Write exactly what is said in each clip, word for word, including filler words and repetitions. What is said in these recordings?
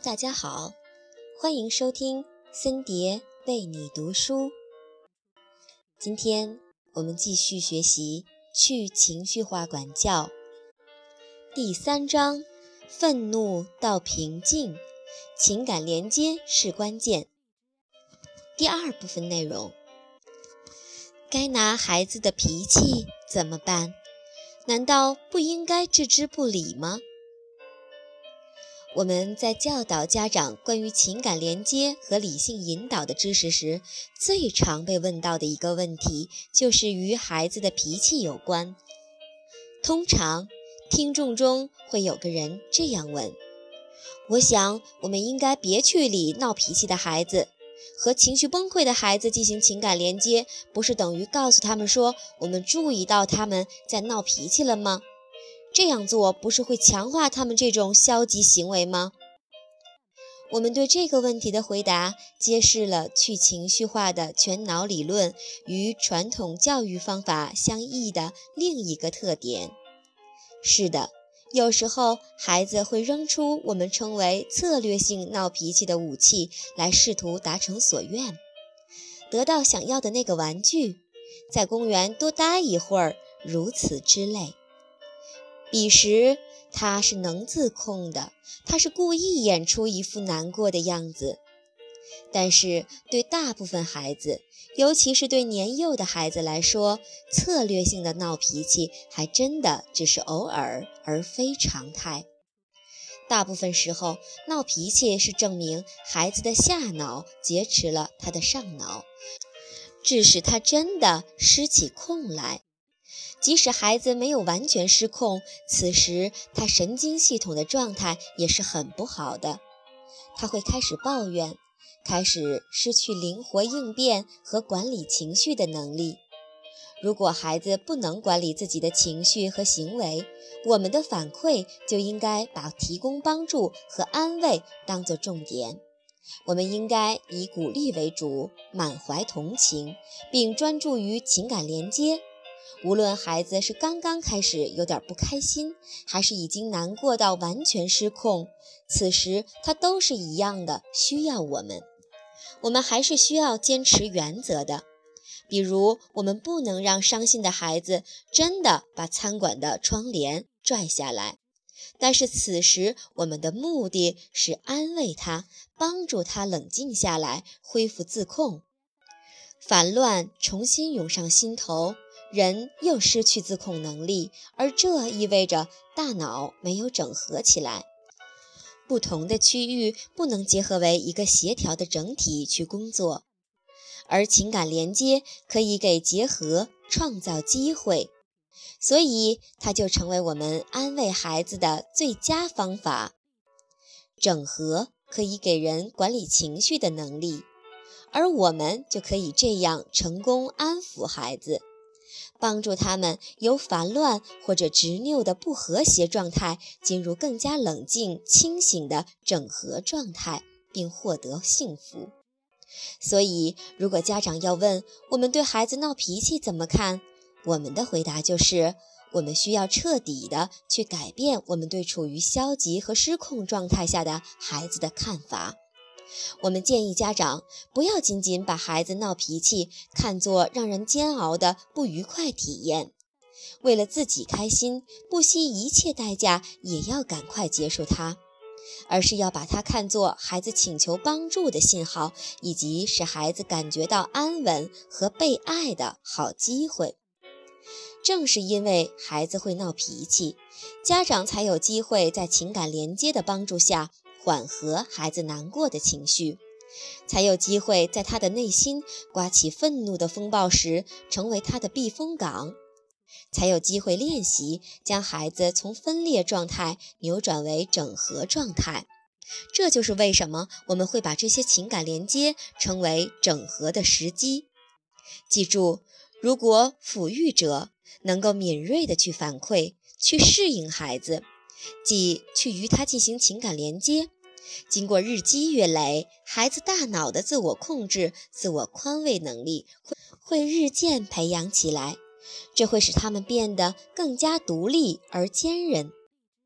大家好，欢迎收听森蝶为你读书。今天我们继续学习去情绪化管教第三章，愤怒到平静，情感连接是关键。第二部分内容，该拿孩子的脾气怎么办？难道不应该置之不理吗？我们在教导家长关于情感连接和理性引导的知识时，最常被问到的一个问题，就是与孩子的脾气有关。通常，听众中会有个人这样问：我想，我们应该别去理闹脾气的孩子。和情绪崩溃的孩子进行情感连接，不是等于告诉他们说，我们注意到他们在闹脾气了吗？这样做不是会强化他们这种消极行为吗？我们对这个问题的回答，揭示了去情绪化的全脑理论与传统教育方法相异的另一个特点。是的，有时候孩子会扔出我们称为策略性闹脾气的武器，来试图达成所愿，得到想要的那个玩具，在公园多待一会儿，如此之类。彼时他是能自控的，他是故意演出一副难过的样子。但是对大部分孩子，尤其是对年幼的孩子来说，策略性的闹脾气还真的只是偶尔，而非常态。大部分时候，闹脾气是证明孩子的下脑劫持了他的上脑，致使他真的失起控来。即使孩子没有完全失控，此时他神经系统的状态也是很不好的。他会开始抱怨，开始失去灵活应变和管理情绪的能力。如果孩子不能管理自己的情绪和行为，我们的反馈就应该把提供帮助和安慰当作重点。我们应该以鼓励为主，满怀同情，并专注于情感连接。无论孩子是刚刚开始有点不开心，还是已经难过到完全失控，此时他都是一样的需要我们。我们还是需要坚持原则的，比如我们不能让伤心的孩子真的把餐馆的窗帘拽下来，但是此时我们的目的是安慰他，帮助他冷静下来，恢复自控。烦乱重新涌上心头，人又失去自控能力，而这意味着大脑没有整合起来，不同的区域不能结合为一个协调的整体去工作，而情感连接可以给结合创造机会，所以它就成为我们安慰孩子的最佳方法。整合可以给人管理情绪的能力，而我们就可以这样成功安抚孩子，帮助他们由烦乱或者执拗的不和谐状态进入更加冷静清醒的整合状态，并获得幸福。所以如果家长要问我们对孩子闹脾气怎么看，我们的回答就是我们需要彻底的去改变我们对处于消极和失控状态下的孩子的看法。我们建议家长不要仅仅把孩子闹脾气看作让人煎熬的不愉快体验，为了自己开心，不惜一切代价也要赶快结束它，而是要把它看作孩子请求帮助的信号，以及使孩子感觉到安稳和被爱的好机会。正是因为孩子会闹脾气，家长才有机会在情感连接的帮助下缓和孩子难过的情绪，才有机会在他的内心刮起愤怒的风暴时成为他的避风港，才有机会练习将孩子从分裂状态扭转为整合状态。这就是为什么我们会把这些情感连接称为整合的时机。记住，如果抚育者能够敏锐地去反馈，去适应孩子，即去与他进行情感连接，经过日积月累，孩子大脑的自我控制、自我宽慰能力会日渐培养起来，这会使他们变得更加独立而坚韧。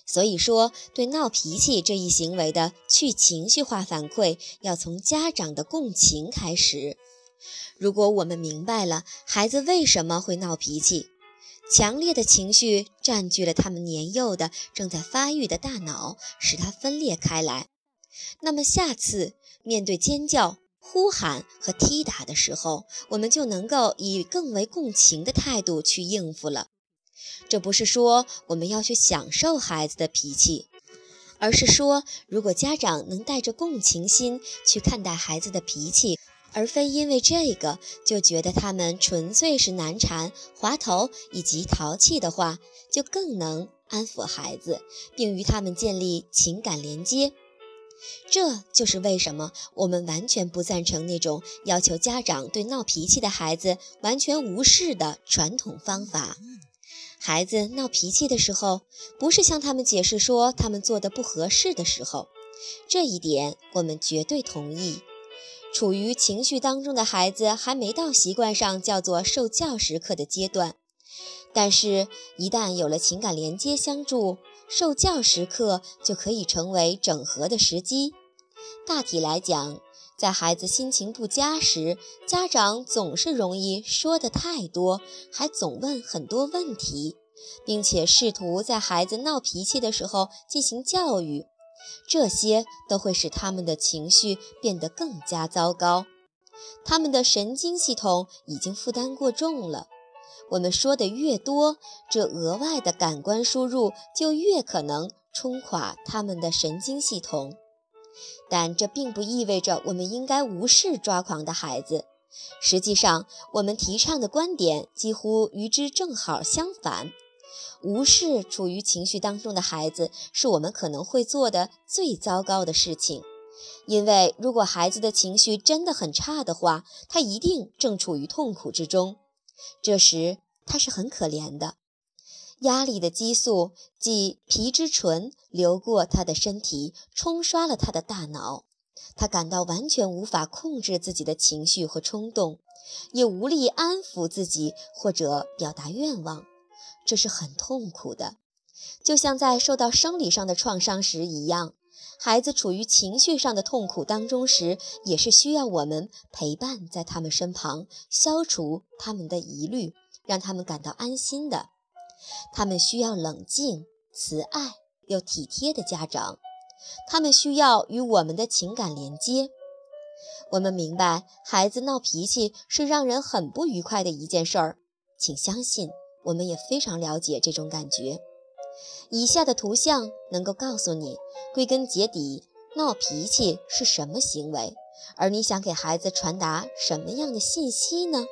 所以说，对闹脾气这一行为的去情绪化反馈，要从家长的共情开始。如果我们明白了孩子为什么会闹脾气，强烈的情绪占据了他们年幼的正在发育的大脑，使它分裂开来，那么下次面对尖叫、呼喊和踢打的时候，我们就能够以更为共情的态度去应付了。这不是说我们要去享受孩子的脾气，而是说，如果家长能带着共情心去看待孩子的脾气，而非因为这个就觉得他们纯粹是难缠、滑头以及淘气的话，就更能安抚孩子，并与他们建立情感连接。这就是为什么我们完全不赞成那种要求家长对闹脾气的孩子完全无视的传统方法。孩子闹脾气的时候，不是向他们解释说他们做的不合适的时候，这一点我们绝对同意。处于情绪当中的孩子还没到习惯上叫做受教时刻的阶段，但是一旦有了情感连接相助，受教时刻就可以成为整合的时机。大体来讲，在孩子心情不佳时，家长总是容易说得太多，还总问很多问题，并且试图在孩子闹脾气的时候进行教育，这些都会使他们的情绪变得更加糟糕。他们的神经系统已经负担过重了，我们说的越多，这额外的感官输入就越可能冲垮他们的神经系统。但这并不意味着我们应该无视抓狂的孩子，实际上，我们提倡的观点几乎与之正好相反。无视处于情绪当中的孩子，是我们可能会做的最糟糕的事情。因为如果孩子的情绪真的很差的话，他一定正处于痛苦之中，这时他是很可怜的。压力的激素，即皮质醇，流过他的身体，冲刷了他的大脑。他感到完全无法控制自己的情绪和冲动，也无力安抚自己或者表达愿望，这是很痛苦的。就像在受到生理上的创伤时一样，孩子处于情绪上的痛苦当中时，也是需要我们陪伴在他们身旁，消除他们的疑虑，让他们感到安心的。他们需要冷静、慈爱又体贴的家长，他们需要与我们的情感连接。我们明白孩子闹脾气是让人很不愉快的一件事儿，请相信我们也非常了解这种感觉。以下的图像能够告诉你，归根结底，闹脾气是什么行为，而你想给孩子传达什么样的信息呢？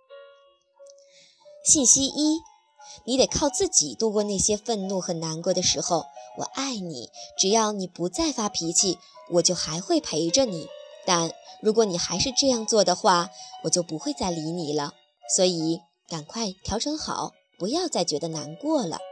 信息一，你得靠自己度过那些愤怒和难过的时候。我爱你，只要你不再发脾气，我就还会陪着你。但如果你还是这样做的话，我就不会再理你了。所以赶快调整好，不要再觉得难过了。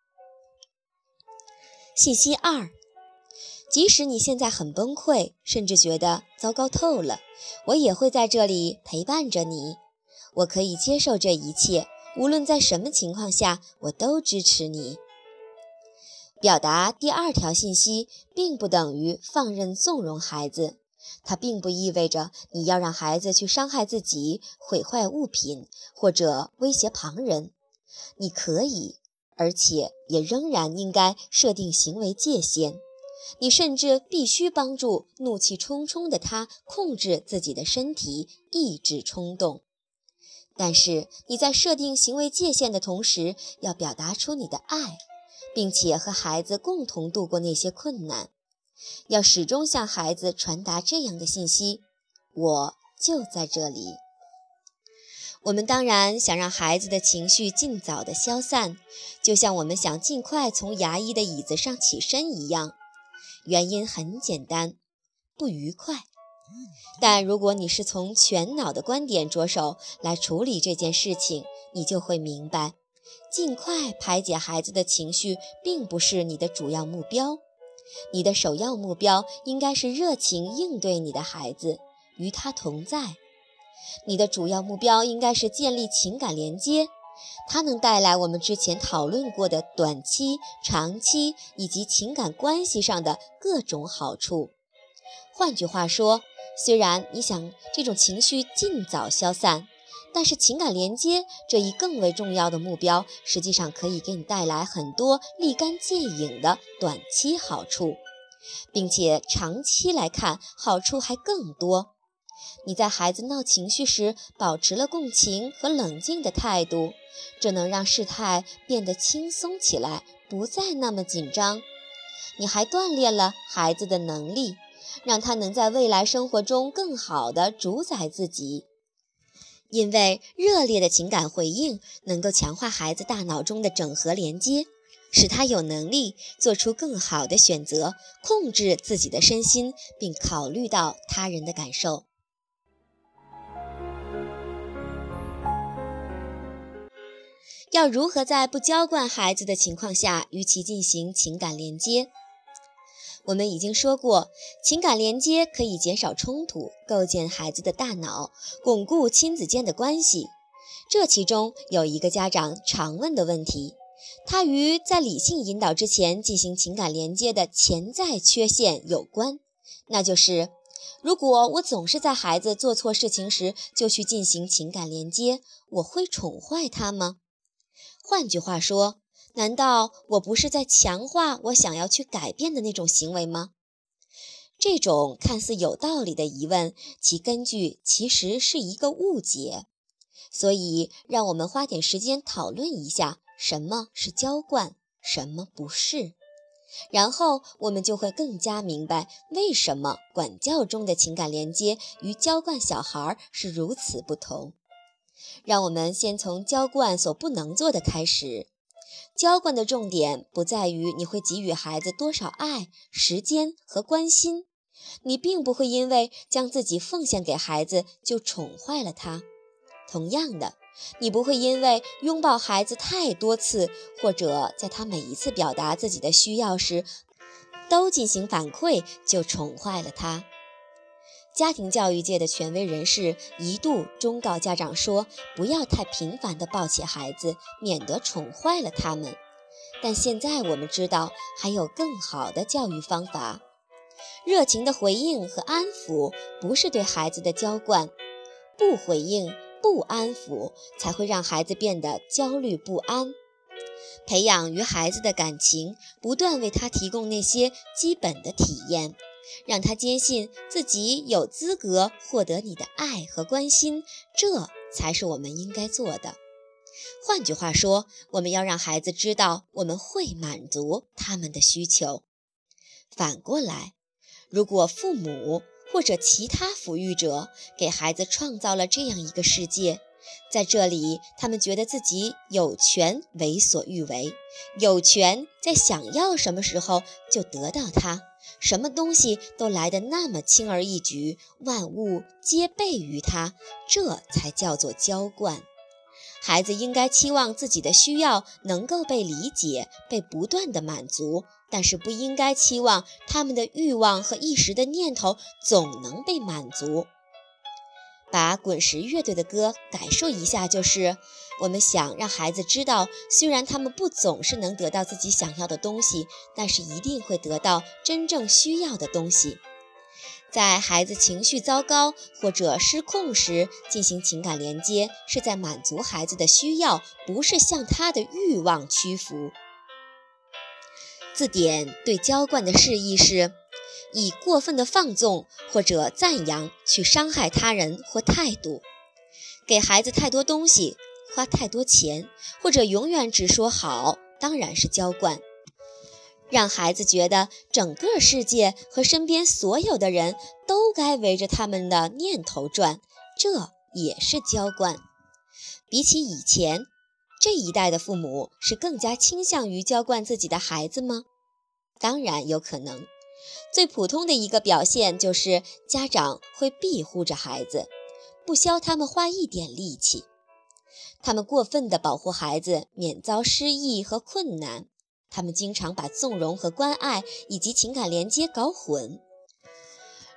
信息二，即使你现在很崩溃，甚至觉得糟糕透了，我也会在这里陪伴着你。我可以接受这一切，无论在什么情况下，我都支持你。表达第二条信息并不等于放任纵容孩子，它并不意味着你要让孩子去伤害自己、毁坏物品或者威胁旁人。你可以，而且也仍然应该设定行为界限。你甚至必须帮助怒气冲冲的他控制自己的身体，抑制冲动。但是你在设定行为界限的同时，要表达出你的爱，并且和孩子共同度过那些困难。要始终向孩子传达这样的信息：我就在这里。我们当然想让孩子的情绪尽早的消散，就像我们想尽快从牙医的椅子上起身一样。原因很简单，不愉快。但如果你是从全脑的观点着手来处理这件事情，你就会明白，尽快排解孩子的情绪并不是你的主要目标。你的首要目标应该是热情应对你的孩子，与他同在。你的主要目标应该是建立情感连接， 它能带来我们之前讨论过的短期、长期以及情感关系上的各种好处。换句话说，虽然你想这种情绪尽早消散，但是情感连接这一更为重要的目标，实际上可以给你带来很多立竿见影的短期好处，并且长期来看，好处还更多。你在孩子闹情绪时保持了共情和冷静的态度，这能让事态变得轻松起来，不再那么紧张。你还锻炼了孩子的能力，让他能在未来生活中更好地主宰自己。因为热烈的情感回应能够强化孩子大脑中的整合连接，使他有能力做出更好的选择，控制自己的身心，并考虑到他人的感受。要如何在不娇惯孩子的情况下与其进行情感连接？我们已经说过，情感连接可以减少冲突，构建孩子的大脑，巩固亲子间的关系。这其中有一个家长常问的问题，它与在理性引导之前进行情感连接的潜在缺陷有关，那就是如果我总是在孩子做错事情时就去进行情感连接，我会宠坏他吗？换句话说，难道我不是在强化我想要去改变的那种行为吗？这种看似有道理的疑问，其根据其实是一个误解。所以，让我们花点时间讨论一下，什么是娇惯，什么不是。然后，我们就会更加明白，为什么管教中的情感连接与娇惯小孩是如此不同。让我们先从娇惯所不能做的开始。娇惯的重点不在于你会给予孩子多少爱、时间和关心，你并不会因为将自己奉献给孩子就宠坏了他。同样的，你不会因为拥抱孩子太多次，或者在他每一次表达自己的需要时都进行反馈，就宠坏了他。家庭教育界的权威人士一度忠告家长说，不要太频繁地抱起孩子，免得宠坏了他们。但现在我们知道，还有更好的教育方法。热情的回应和安抚不是对孩子的娇惯，不回应、不安抚才会让孩子变得焦虑不安。培养与孩子的感情，不断为他提供那些基本的体验，让他坚信自己有资格获得你的爱和关心，这才是我们应该做的。换句话说，我们要让孩子知道我们会满足他们的需求。反过来，如果父母或者其他抚育者给孩子创造了这样一个世界，在这里他们觉得自己有权为所欲为，有权在想要什么时候就得到它，什么东西都来得那么轻而易举，万物皆备于它，这才叫做娇惯。孩子应该期望自己的需要能够被理解，被不断的满足，但是不应该期望他们的欲望和一时的念头总能被满足。把滚石乐队的歌感受一下，就是我们想让孩子知道，虽然他们不总是能得到自己想要的东西，但是一定会得到真正需要的东西。在孩子情绪糟糕或者失控时进行情感连接，是在满足孩子的需要，不是向他的欲望屈服。字典对娇惯的释义是以过分的放纵或者赞扬去伤害他人或态度，给孩子太多东西，花太多钱，或者永远只说好，当然是娇惯。让孩子觉得整个世界和身边所有的人都该围着他们的念头转，这也是娇惯。比起以前，这一代的父母是更加倾向于娇惯自己的孩子吗？当然有可能。最普通的一个表现就是家长会庇护着孩子，不消他们花一点力气。他们过分地保护孩子免遭失意和困难，他们经常把纵容和关爱以及情感连接搞混。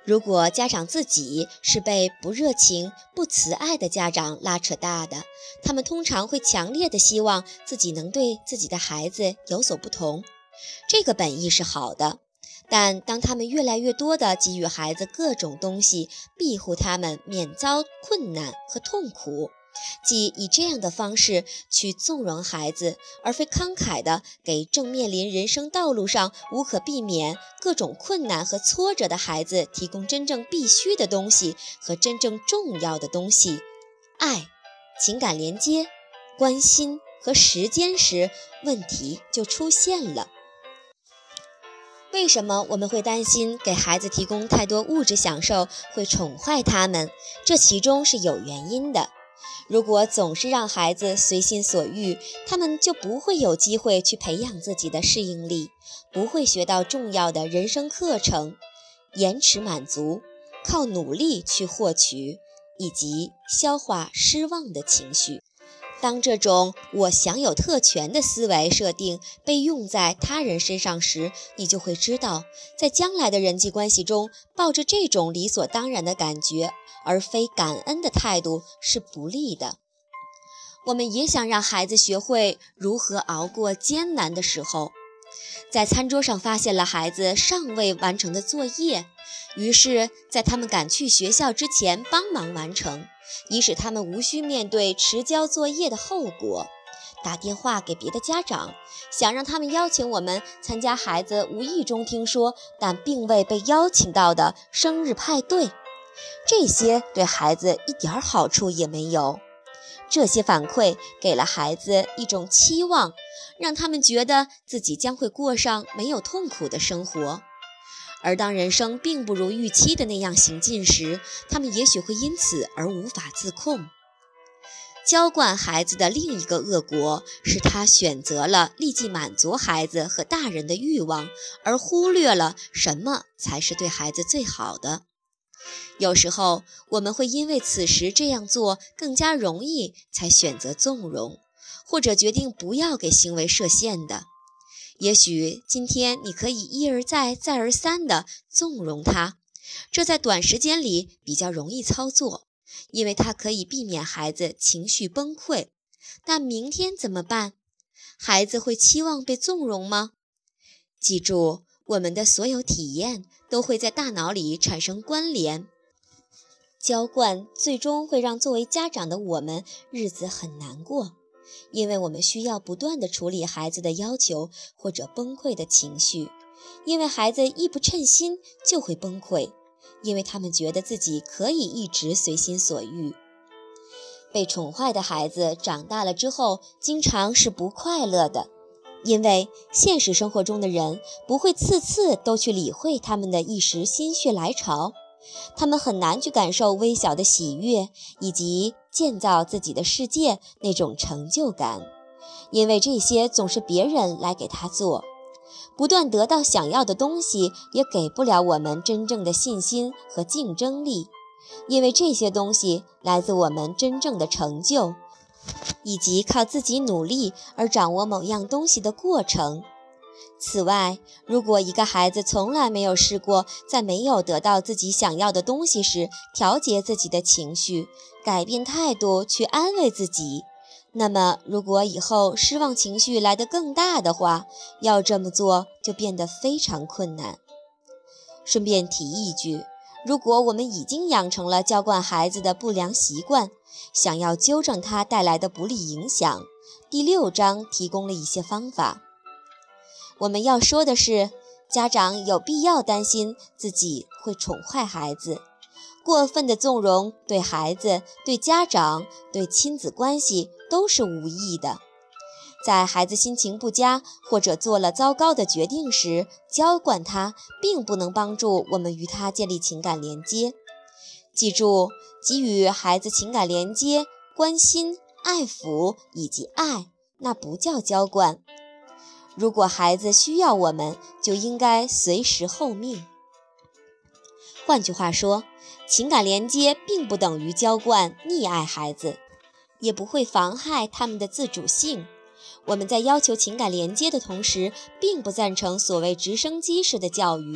如果家长自己是被不热情、不慈爱的家长拉扯大的，他们通常会强烈的希望自己能对自己的孩子有所不同。这个本意是好的，但当他们越来越多地给予孩子各种东西，庇护他们免遭困难和痛苦，即以这样的方式去纵容孩子，而非慷慨地给正面临人生道路上无可避免各种困难和挫折的孩子提供真正必须的东西和真正重要的东西——爱、情感连接、关心和时间时，问题就出现了。为什么我们会担心给孩子提供太多物质享受会宠坏他们？这其中是有原因的。如果总是让孩子随心所欲，他们就不会有机会去培养自己的适应力，不会学到重要的人生课程，延迟满足，靠努力去获取，以及消化失望的情绪。当这种我享有特权的思维设定被用在他人身上时，你就会知道，在将来的人际关系中，抱着这种理所当然的感觉而非感恩的态度是不利的。我们也想让孩子学会如何熬过艰难的时候。在餐桌上发现了孩子尚未完成的作业，于是在他们赶去学校之前帮忙完成，以使他们无需面对迟交作业的后果。打电话给别的家长，想让他们邀请我们参加孩子无意中听说但并未被邀请到的生日派对，这些对孩子一点好处也没有。这些反馈给了孩子一种期望，让他们觉得自己将会过上没有痛苦的生活。而当人生并不如预期的那样行进时，他们也许会因此而无法自控。娇惯孩子的另一个恶果是他选择了立即满足孩子和大人的欲望，而忽略了什么才是对孩子最好的。有时候我们会因为此时这样做更加容易才选择纵容，或者决定不要给行为设限的。也许今天你可以一而再再而三地纵容他，这在短时间里比较容易操作，因为它可以避免孩子情绪崩溃。但明天怎么办？孩子会期望被纵容吗？记住，我们的所有体验都会在大脑里产生关联。娇惯最终会让作为家长的我们日子很难过，因为我们需要不断地处理孩子的要求或者崩溃的情绪，因为孩子一不称心就会崩溃，因为他们觉得自己可以一直随心所欲。被宠坏的孩子长大了之后，经常是不快乐的，因为现实生活中的人不会次次都去理会他们的一时心血来潮，他们很难去感受微小的喜悦以及建造自己的世界那种成就感，因为这些总是别人来给他做。不断得到想要的东西也给不了我们真正的信心和竞争力，因为这些东西来自我们真正的成就，以及靠自己努力而掌握某样东西的过程。此外，如果一个孩子从来没有试过在没有得到自己想要的东西时调节自己的情绪，改变态度去安慰自己，那么如果以后失望情绪来得更大的话，要这么做就变得非常困难。顺便提一句，如果我们已经养成了娇惯孩子的不良习惯，想要纠正它带来的不利影响，第六章提供了一些方法。我们要说的是，家长有必要担心自己会宠坏孩子。过分的纵容对孩子、对家长、对亲子关系都是无益的。在孩子心情不佳或者做了糟糕的决定时，娇惯他并不能帮助我们与他建立情感连接。记住，给予孩子情感连接、关心、爱抚以及爱，那不叫娇惯。如果孩子需要我们，就应该随时候命。换句话说，情感连接并不等于娇惯、溺爱孩子，也不会妨害他们的自主性。我们在要求情感连接的同时，并不赞成所谓直升机式的教育。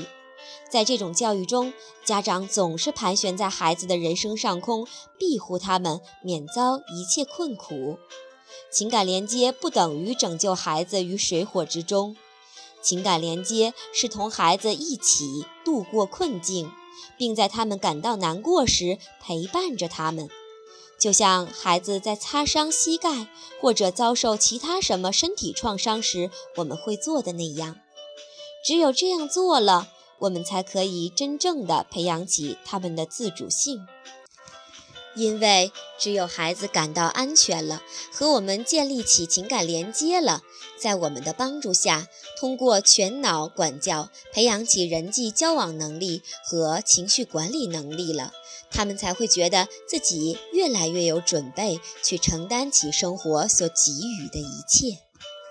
在这种教育中，家长总是盘旋在孩子的人生上空，庇护他们免遭一切困苦。情感连接不等于拯救孩子于水火之中，情感连接是同孩子一起度过困境，并在他们感到难过时陪伴着他们。就像孩子在擦伤膝盖或者遭受其他什么身体创伤时我们会做的那样。只有这样做了，我们才可以真正地培养起他们的自主性。因为只有孩子感到安全了，和我们建立起情感连接了，在我们的帮助下，通过全脑管教培养起人际交往能力和情绪管理能力了，他们才会觉得自己越来越有准备去承担起生活所给予的一切。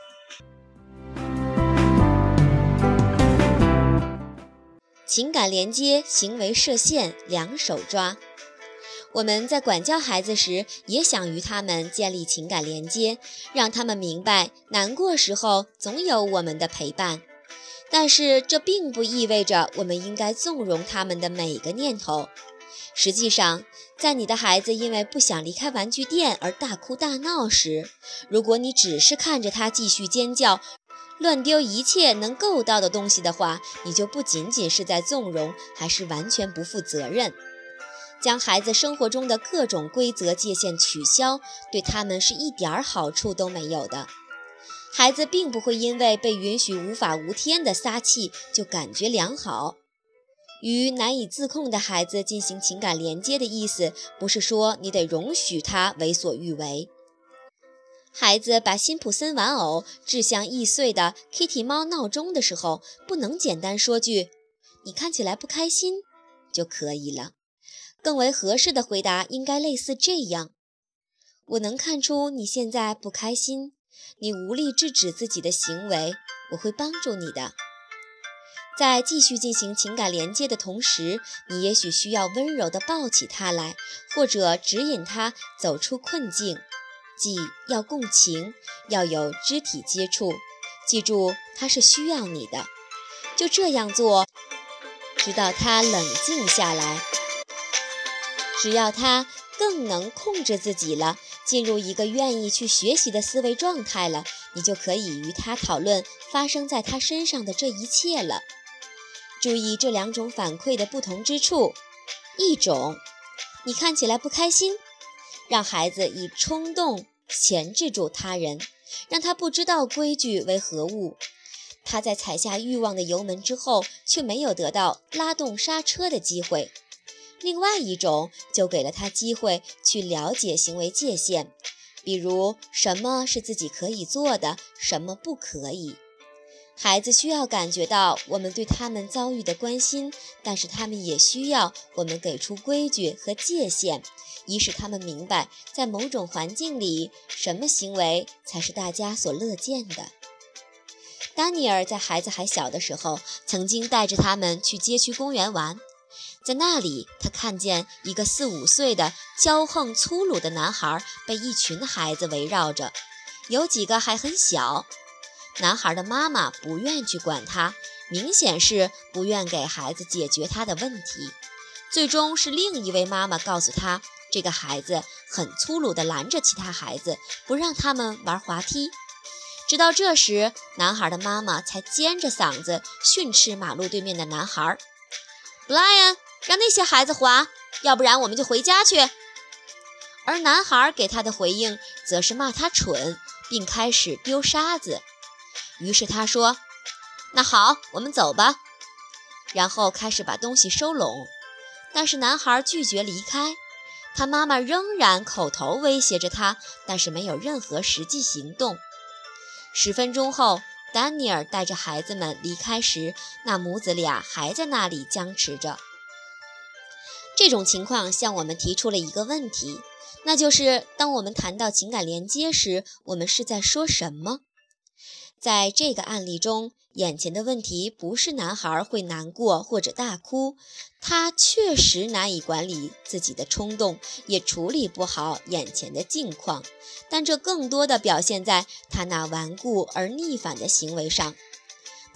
情感连接行为设限，两手抓。我们在管教孩子时，也想与他们建立情感连接，让他们明白难过时候总有我们的陪伴。但是这并不意味着我们应该纵容他们的每个念头。实际上，在你的孩子因为不想离开玩具店而大哭大闹时，如果你只是看着他继续尖叫，乱丢一切能够到的东西的话，你就不仅仅是在纵容，还是完全不负责任。将孩子生活中的各种规则界限取消，对他们是一点好处都没有的。孩子并不会因为被允许无法无天的撒气就感觉良好。与难以自控的孩子进行情感连接的意思，不是说你得容许他为所欲为。孩子把辛普森玩偶掷向易碎的 Kitty 猫闹钟的时候，不能简单说句“你看起来不开心”就可以了。更为合适的回答应该类似这样：我能看出你现在不开心，你无力制止自己的行为，我会帮助你的。在继续进行情感连接的同时，你也许需要温柔地抱起他来，或者指引他走出困境，即要共情，要有肢体接触，记住他是需要你的。就这样做，直到他冷静下来。只要他更能控制自己了，进入一个愿意去学习的思维状态了，你就可以与他讨论发生在他身上的这一切了。注意这两种反馈的不同之处。一种，你看起来不开心，让孩子以冲动钳制住他人，让他不知道规矩为何物。他在踩下欲望的油门之后，却没有得到拉动刹车的机会。另外一种就给了他机会去了解行为界限，比如什么是自己可以做的，什么不可以。孩子需要感觉到我们对他们遭遇的关心，但是他们也需要我们给出规矩和界限，以使他们明白在某种环境里，什么行为才是大家所乐见的。丹尼尔在孩子还小的时候，曾经带着他们去街区公园玩。在那里，他看见一个四五岁的骄横粗鲁的男孩被一群孩子围绕着，有几个还很小。男孩的妈妈不愿去管他，明显是不愿给孩子解决他的问题。最终是另一位妈妈告诉他，这个孩子很粗鲁地拦着其他孩子，不让他们玩滑梯。直到这时，男孩的妈妈才尖着嗓子训斥马路对面的男孩：“Brian，让那些孩子滑，要不然我们就回家去。”而男孩给他的回应则是骂他蠢，并开始丢沙子。于是他说：“那好，我们走吧。”然后开始把东西收拢。但是男孩拒绝离开，他妈妈仍然口头威胁着他，但是没有任何实际行动。十分钟后，丹尼尔带着孩子们离开时，那母子俩还在那里僵持着。这种情况向我们提出了一个问题，那就是当我们谈到情感连接时，我们是在说什么？在这个案例中，眼前的问题不是男孩会难过或者大哭，他确实难以管理自己的冲动，也处理不好眼前的境况，但这更多的表现在他那顽固而逆反的行为上。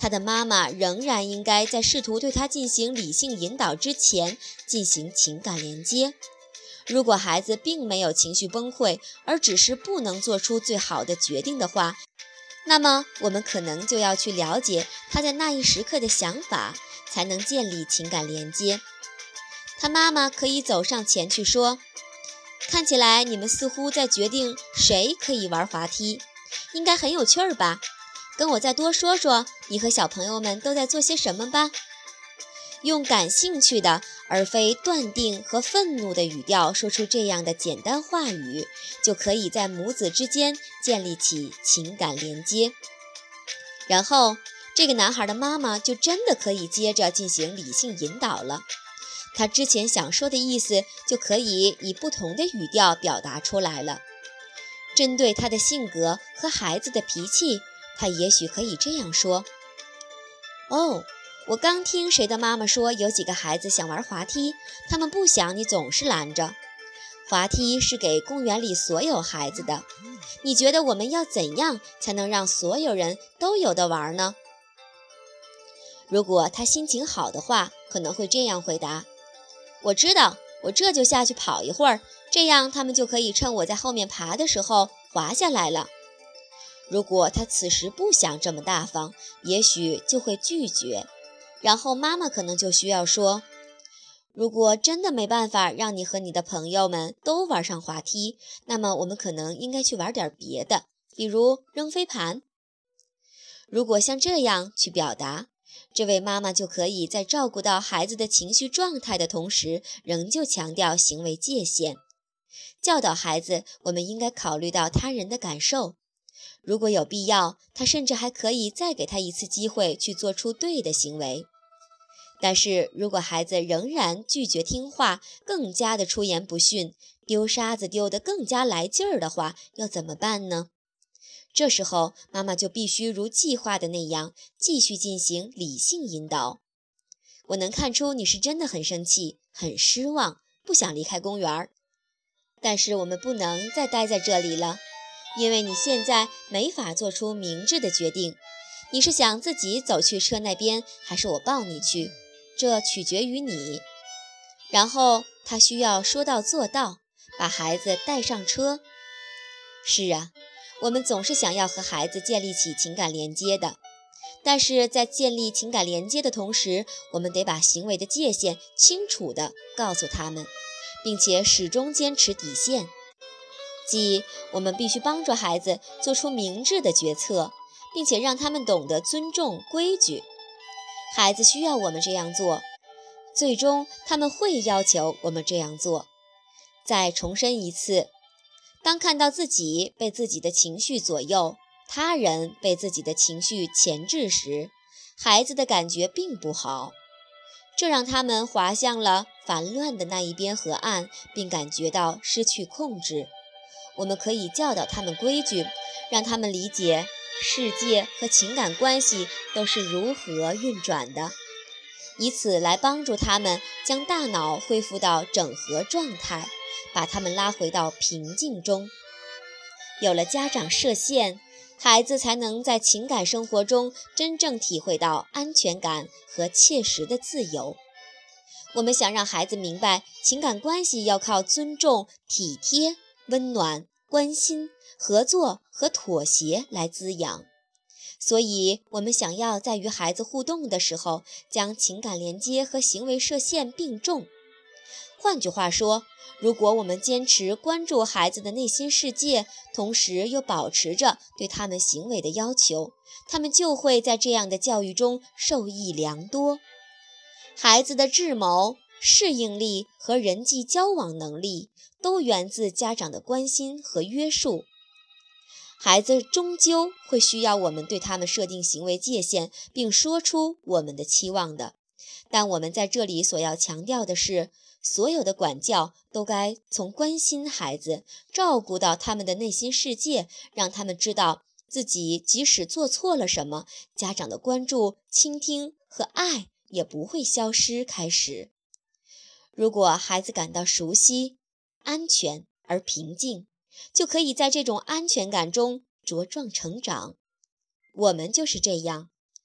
他的妈妈仍然应该在试图对他进行理性引导之前进行情感连接。如果孩子并没有情绪崩溃，而只是不能做出最好的决定的话，那么我们可能就要去了解他在那一时刻的想法，才能建立情感连接。他妈妈可以走上前去说，看起来你们似乎在决定谁可以玩滑梯，应该很有趣儿吧？跟我再多说说你和小朋友们都在做些什么吧。用感兴趣的而非断定和愤怒的语调说出这样的简单话语，就可以在母子之间建立起情感连接。然后这个男孩的妈妈就真的可以接着进行理性引导了，他之前想说的意思就可以以不同的语调表达出来了。针对他的性格和孩子的脾气，他也许可以这样说，哦，我刚听谁的妈妈说有几个孩子想玩滑梯，他们不想你总是拦着。滑梯是给公园里所有孩子的，你觉得我们要怎样才能让所有人都有得玩呢？如果他心情好的话，可能会这样回答，我知道，我这就下去跑一会儿，这样他们就可以趁我在后面爬的时候滑下来了。如果他此时不想这么大方，也许就会拒绝，然后妈妈可能就需要说，如果真的没办法让你和你的朋友们都玩上滑梯，那么我们可能应该去玩点别的，比如扔飞盘。如果像这样去表达，这位妈妈就可以在照顾到孩子的情绪状态的同时，仍旧强调行为界限。教导孩子，我们应该考虑到他人的感受。如果有必要，他甚至还可以再给他一次机会去做出对的行为。但是如果孩子仍然拒绝听话，更加的出言不逊，丢沙子丢得更加来劲儿的话，要怎么办呢？这时候妈妈就必须如计划的那样，继续进行理性引导。我能看出你是真的很生气，很失望，不想离开公园，但是我们不能再待在这里了，因为你现在没法做出明智的决定。你是想自己走去车那边，还是我抱你去？这取决于你。然后他需要说到做到，把孩子带上车。是啊，我们总是想要和孩子建立起情感连接的，但是在建立情感连接的同时，我们得把行为的界限清楚地告诉他们，并且始终坚持底线。即我们必须帮助孩子做出明智的决策，并且让他们懂得尊重规矩。孩子需要我们这样做，最终他们会要求我们这样做。再重申一次，当看到自己被自己的情绪左右，他人被自己的情绪钳制时，孩子的感觉并不好，这让他们滑向了烦乱的那一边河岸，并感觉到失去控制。我们可以教导他们规矩，让他们理解世界和情感关系都是如何运转的，以此来帮助他们将大脑恢复到整合状态，把他们拉回到平静中。有了家长设限，孩子才能在情感生活中真正体会到安全感和切实的自由。我们想让孩子明白，情感关系要靠尊重、体贴、温暖、关心、合作和妥协来滋养。所以我们想要在与孩子互动的时候，将情感连接和行为设限并重。换句话说，如果我们坚持关注孩子的内心世界，同时又保持着对他们行为的要求，他们就会在这样的教育中受益良多。孩子的智谋、适应力和人际交往能力都源自家长的关心和约束。孩子终究会需要我们对他们设定行为界限，并说出我们的期望的。但我们在这里所要强调的是，所有的管教都该从关心孩子，照顾到他们的内心世界，让他们知道自己即使做错了什么，家长的关注、倾听和爱也不会消失开始。如果孩子感到熟悉、安全而平静，就可以在这种安全感中茁壮成长。我们就是这样。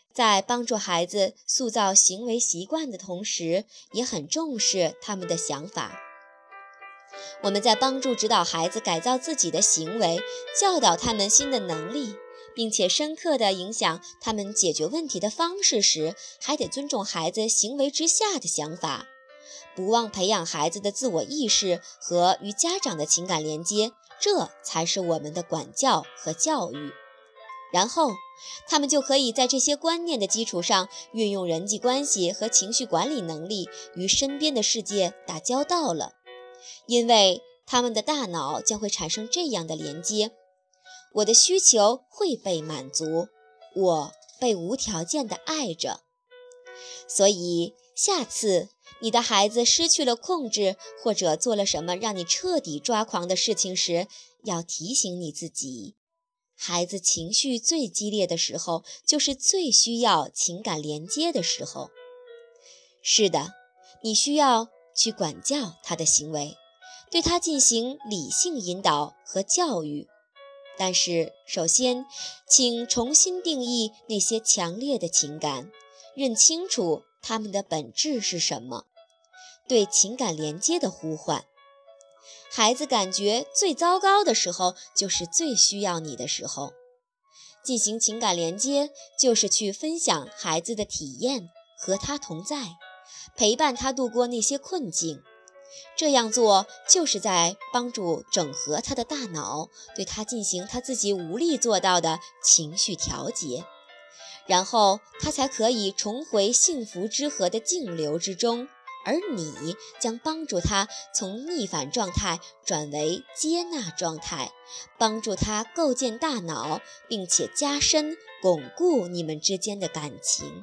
在帮助孩子塑造行为习惯的同时，也很重视他们的想法。我们在帮助指导孩子改造自己的行为，教导他们新的能力，并且深刻地影响他们解决问题的方式时，还得尊重孩子行为之下的想法，不忘培养孩子的自我意识和与家长的情感连接，这才是我们的管教和教育。然后，他们就可以在这些观念的基础上，运用人际关系和情绪管理能力，与身边的世界打交道了。因为他们的大脑将会产生这样的连接：我的需求会被满足，我被无条件地爱着。所以，下次你的孩子失去了控制，或者做了什么让你彻底抓狂的事情时，要提醒你自己，孩子情绪最激烈的时候，就是最需要情感连接的时候。是的，你需要去管教他的行为，对他进行理性引导和教育。但是，首先，请重新定义那些强烈的情感，认清楚它们的本质是什么，对情感连接的呼唤。孩子感觉最糟糕的时候，就是最需要你的时候。进行情感连接，就是去分享孩子的体验，和他同在，陪伴他度过那些困境。这样做就是在帮助整合他的大脑，对他进行他自己无力做到的情绪调节，然后他才可以重回幸福之河的静流之中，而你将帮助他从逆反状态转为接纳状态，帮助他构建大脑，并且加深巩固你们之间的感情。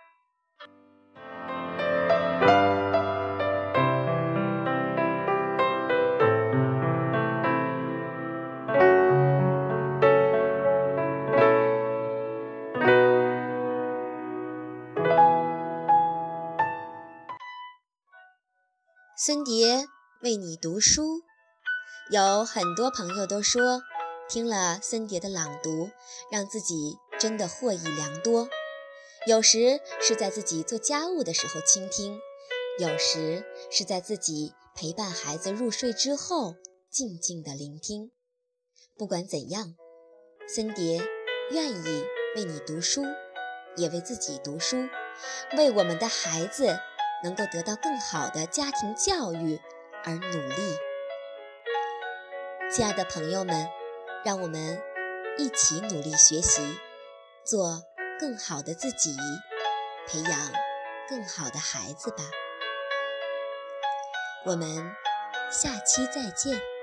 孙蝶为你读书。有很多朋友都说，听了孙蝶的朗读，让自己真的获益良多。有时是在自己做家务的时候倾听，有时是在自己陪伴孩子入睡之后静静地聆听。不管怎样，孙蝶愿意为你读书，也为自己读书，为我们的孩子能够得到更好的家庭教育而努力。亲爱的朋友们，让我们一起努力学习，做更好的自己，培养更好的孩子吧。我们下期再见。